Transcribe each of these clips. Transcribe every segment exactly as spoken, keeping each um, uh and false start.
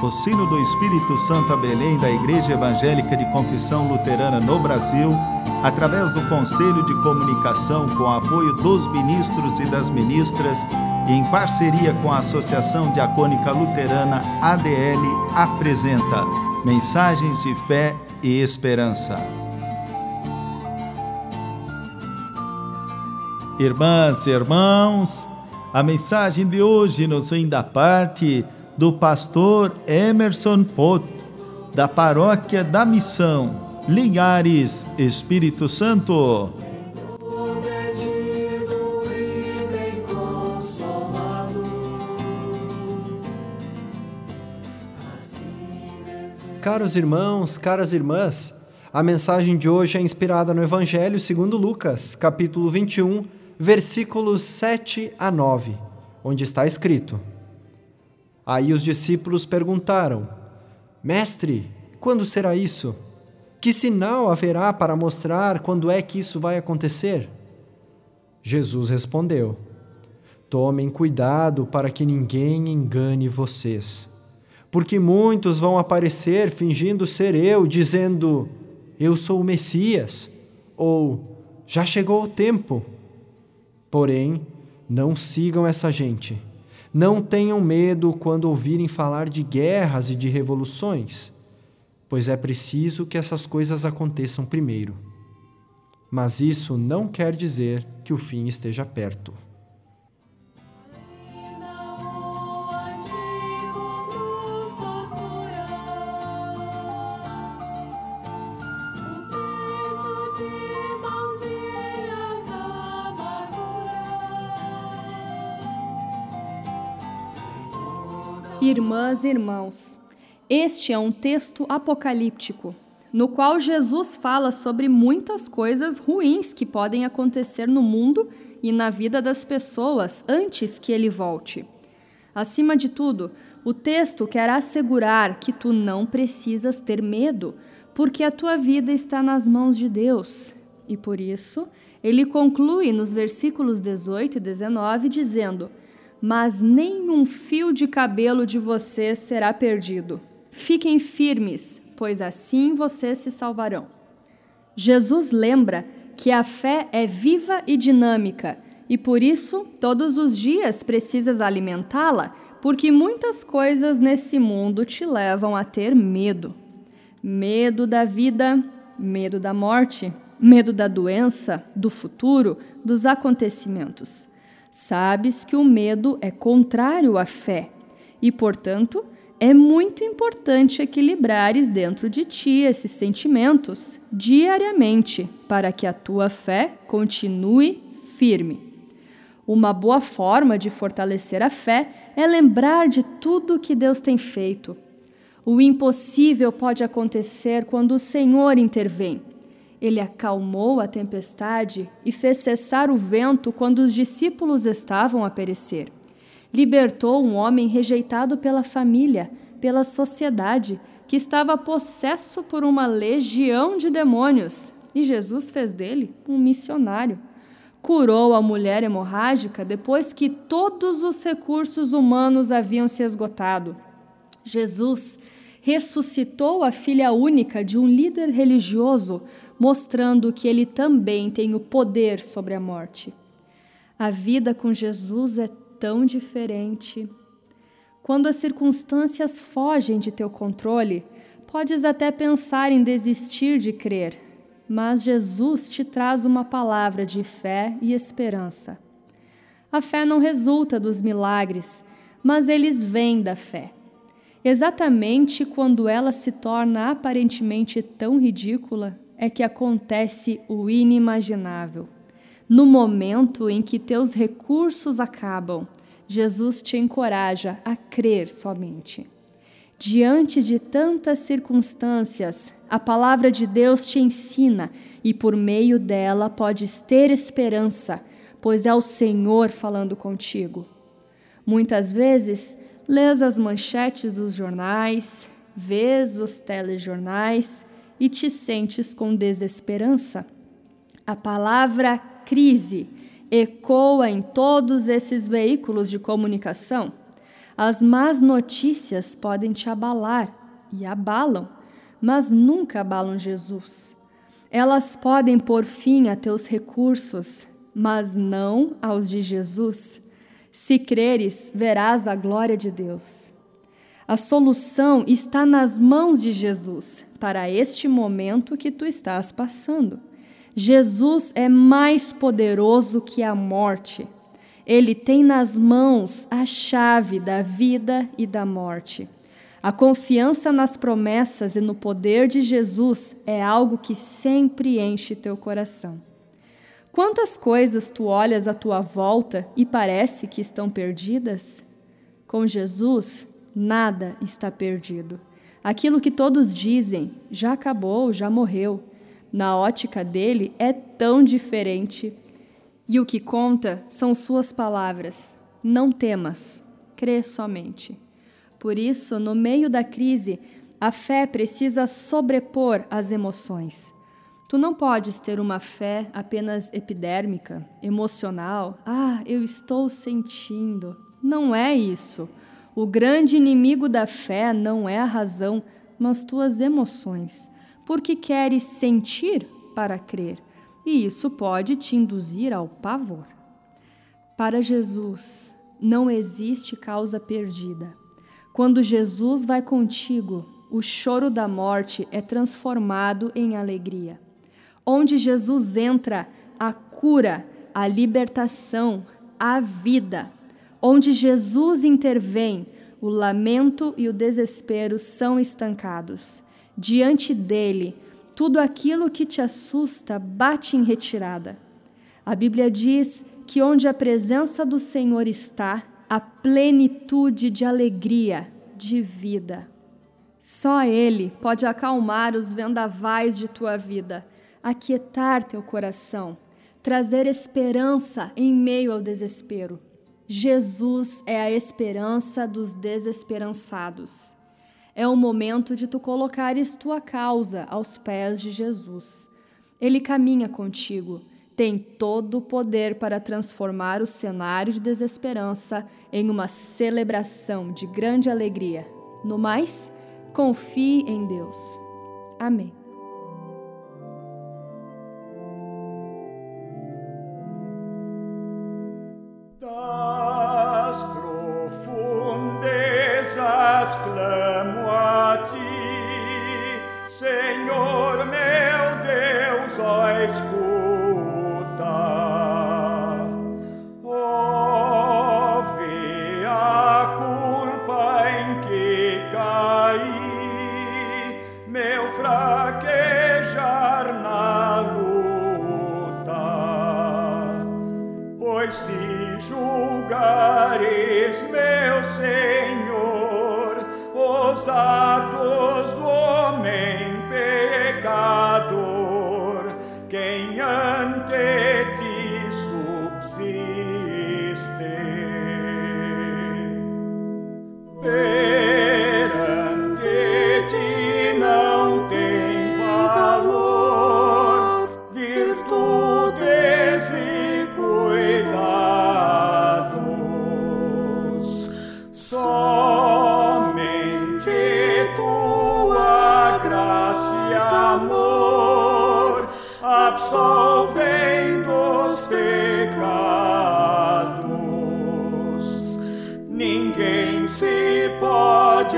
o sino do Espírito Santo a Belém da Igreja Evangélica de Confissão Luterana no Brasil, através do Conselho de Comunicação com o apoio dos ministros e das ministras e em parceria com a Associação Diacônica Luterana A D L, apresenta Mensagens de Fé e Esperança. Irmãs e irmãos, a mensagem de hoje nos vem da parte do pastor Emerson Poto, da Paróquia da Missão, Linhares, Espírito Santo. Caros irmãos, caras irmãs, a mensagem de hoje é inspirada no Evangelho segundo Lucas, capítulo vinte e um, versículos sete a nove, onde está escrito: Aí os discípulos perguntaram: Mestre, quando será isso? Que sinal haverá para mostrar quando é que isso vai acontecer? Jesus respondeu: Tomem cuidado para que ninguém engane vocês, porque muitos vão aparecer fingindo ser eu, dizendo: Eu sou o Messias, ou já chegou o tempo. Porém, não sigam essa gente. Não tenham medo quando ouvirem falar de guerras e de revoluções, pois é preciso que essas coisas aconteçam primeiro. Mas isso não quer dizer que o fim esteja perto. Irmãs e irmãos, este é um texto apocalíptico, no qual Jesus fala sobre muitas coisas ruins que podem acontecer no mundo e na vida das pessoas antes que ele volte. Acima de tudo, o texto quer assegurar que tu não precisas ter medo, porque a tua vida está nas mãos de Deus. E por isso, ele conclui nos versículos dezoito e dezenove dizendo: Mas nenhum fio de cabelo de vocês será perdido. Fiquem firmes, pois assim vocês se salvarão. Jesus lembra que a fé é viva e dinâmica, e por isso, todos os dias precisas alimentá-la, porque muitas coisas nesse mundo te levam a ter medo. Medo da vida, medo da morte, medo da doença, do futuro, dos acontecimentos. Sabes que o medo é contrário à fé e, portanto, é muito importante equilibrares dentro de ti esses sentimentos diariamente para que a tua fé continue firme. Uma boa forma de fortalecer a fé é lembrar de tudo que Deus tem feito. O impossível pode acontecer quando o Senhor intervém. Ele acalmou a tempestade e fez cessar o vento quando os discípulos estavam a perecer. Libertou um homem rejeitado pela família, pela sociedade, que estava possesso por uma legião de demônios, e Jesus fez dele um missionário. Curou a mulher hemorrágica depois que todos os recursos humanos haviam se esgotado. Jesus ressuscitou a filha única de um líder religioso, mostrando que ele também tem o poder sobre a morte. A vida com Jesus é tão diferente. Quando as circunstâncias fogem de teu controle, podes até pensar em desistir de crer, mas Jesus te traz uma palavra de fé e esperança. A fé não resulta dos milagres, mas eles vêm da fé. Exatamente quando ela se torna aparentemente tão ridícula, é que acontece o inimaginável. No momento em que teus recursos acabam, Jesus te encoraja a crer somente. Diante de tantas circunstâncias, a palavra de Deus te ensina e por meio dela podes ter esperança, pois é o Senhor falando contigo. Muitas vezes, lês as manchetes dos jornais, vês os telejornais e te sentes com desesperança. A palavra crise ecoa em todos esses veículos de comunicação. As más notícias podem te abalar, e abalam, mas nunca abalam Jesus. Elas podem pôr fim a teus recursos, mas não aos de Jesus. Se creres, verás a glória de Deus. A solução está nas mãos de Jesus para este momento que tu estás passando. Jesus é mais poderoso que a morte. Ele tem nas mãos a chave da vida e da morte. A confiança nas promessas e no poder de Jesus é algo que sempre enche teu coração. Quantas coisas tu olhas à tua volta e parece que estão perdidas? Com Jesus, nada está perdido. Aquilo que todos dizem, já acabou, já morreu, na ótica dele é tão diferente. E o que conta são suas palavras. Não temas, crê somente. Por isso, no meio da crise, a fé precisa sobrepor as emoções. Tu não podes ter uma fé apenas epidérmica, emocional. Ah, eu estou sentindo. Não é isso. O grande inimigo da fé não é a razão, mas tuas emoções, porque queres sentir para crer, e isso pode te induzir ao pavor. Para Jesus, não existe causa perdida. Quando Jesus vai contigo, o choro da morte é transformado em alegria. Onde Jesus entra, a cura, a libertação, a vida. Onde Jesus intervém, o lamento e o desespero são estancados. Diante dele, tudo aquilo que te assusta bate em retirada. A Bíblia diz que onde a presença do Senhor está, a plenitude de alegria, de vida. Só Ele pode acalmar os vendavais de tua vida, aquietar teu coração, trazer esperança em meio ao desespero. Jesus é a esperança dos desesperançados. É o momento de tu colocares tua causa aos pés de Jesus. Ele caminha contigo, tem todo o poder para transformar o cenário de desesperança em uma celebração de grande alegria. No mais, confie em Deus. Amém. Das profundezas clamo a ti, Senhor meu Deus, ó escuta. Ó, vê a culpa em que caí, meu fraquejar na luta. Pois se julgares, meu Senhor, os atos do homem pecador, quem ante ti subsiste. Perante ti não tem valor, virtudes e cuidados. Somente tua graça e amor absolvem dos pecados. Ninguém se pode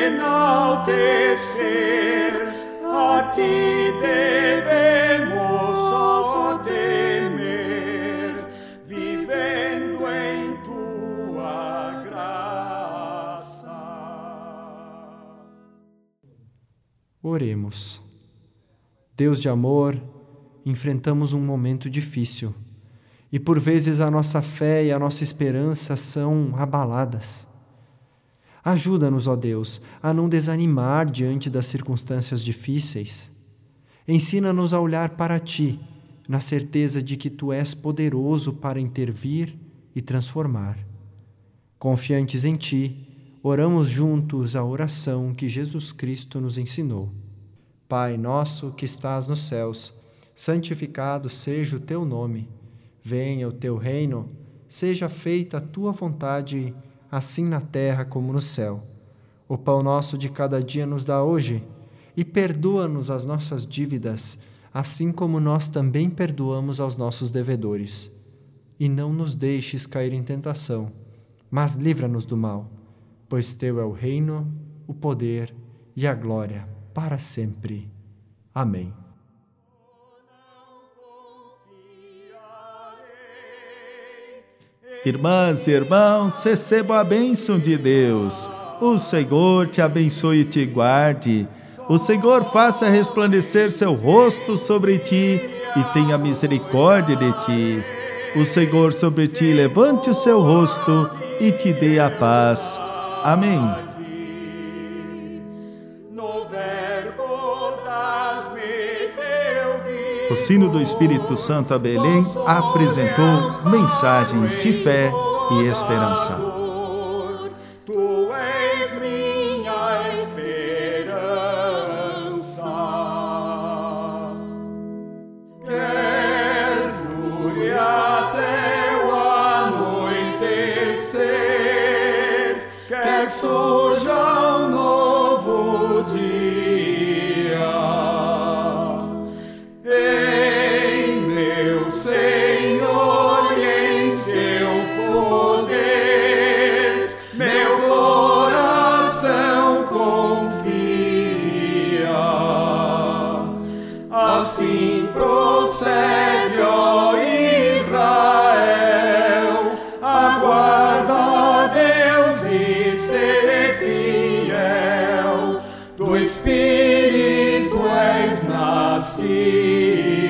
enaltecer, a ti devemos só temer, vivendo em tua graça. Oremos. Deus de amor, enfrentamos um momento difícil e por vezes a nossa fé e a nossa esperança são abaladas. Ajuda-nos, ó Deus, a não desanimar diante das circunstâncias difíceis. Ensina-nos a olhar para Ti, na certeza de que Tu és poderoso para intervir e transformar. Confiantes em Ti, oramos juntos a oração que Jesus Cristo nos ensinou. Pai nosso que estás nos céus, santificado seja o Teu nome. Venha o Teu reino, seja feita a Tua vontade, assim na terra como no céu. O pão nosso de cada dia nos dá hoje, e perdoa-nos as nossas dívidas, assim como nós também perdoamos aos nossos devedores. E não nos deixes cair em tentação, mas livra-nos do mal, pois teu é o reino, o poder e a glória para sempre. Amém. Irmãs e irmãos, recebam a bênção de Deus. O Senhor te abençoe e te guarde. O Senhor faça resplandecer seu rosto sobre ti e tenha misericórdia de ti. O Senhor sobre ti levante o seu rosto e te dê a paz. Amém. O sino do Espírito Santo a Belém apresentou mensagens de fé e esperança. Tu és minha esperança. Quer dure até o anoitecer, quer surja um novo dia. Senhor, em seu poder, meu coração confia. Assim procede, ó Israel, aguarda a Deus e ser fiel. Do Espírito és nascido.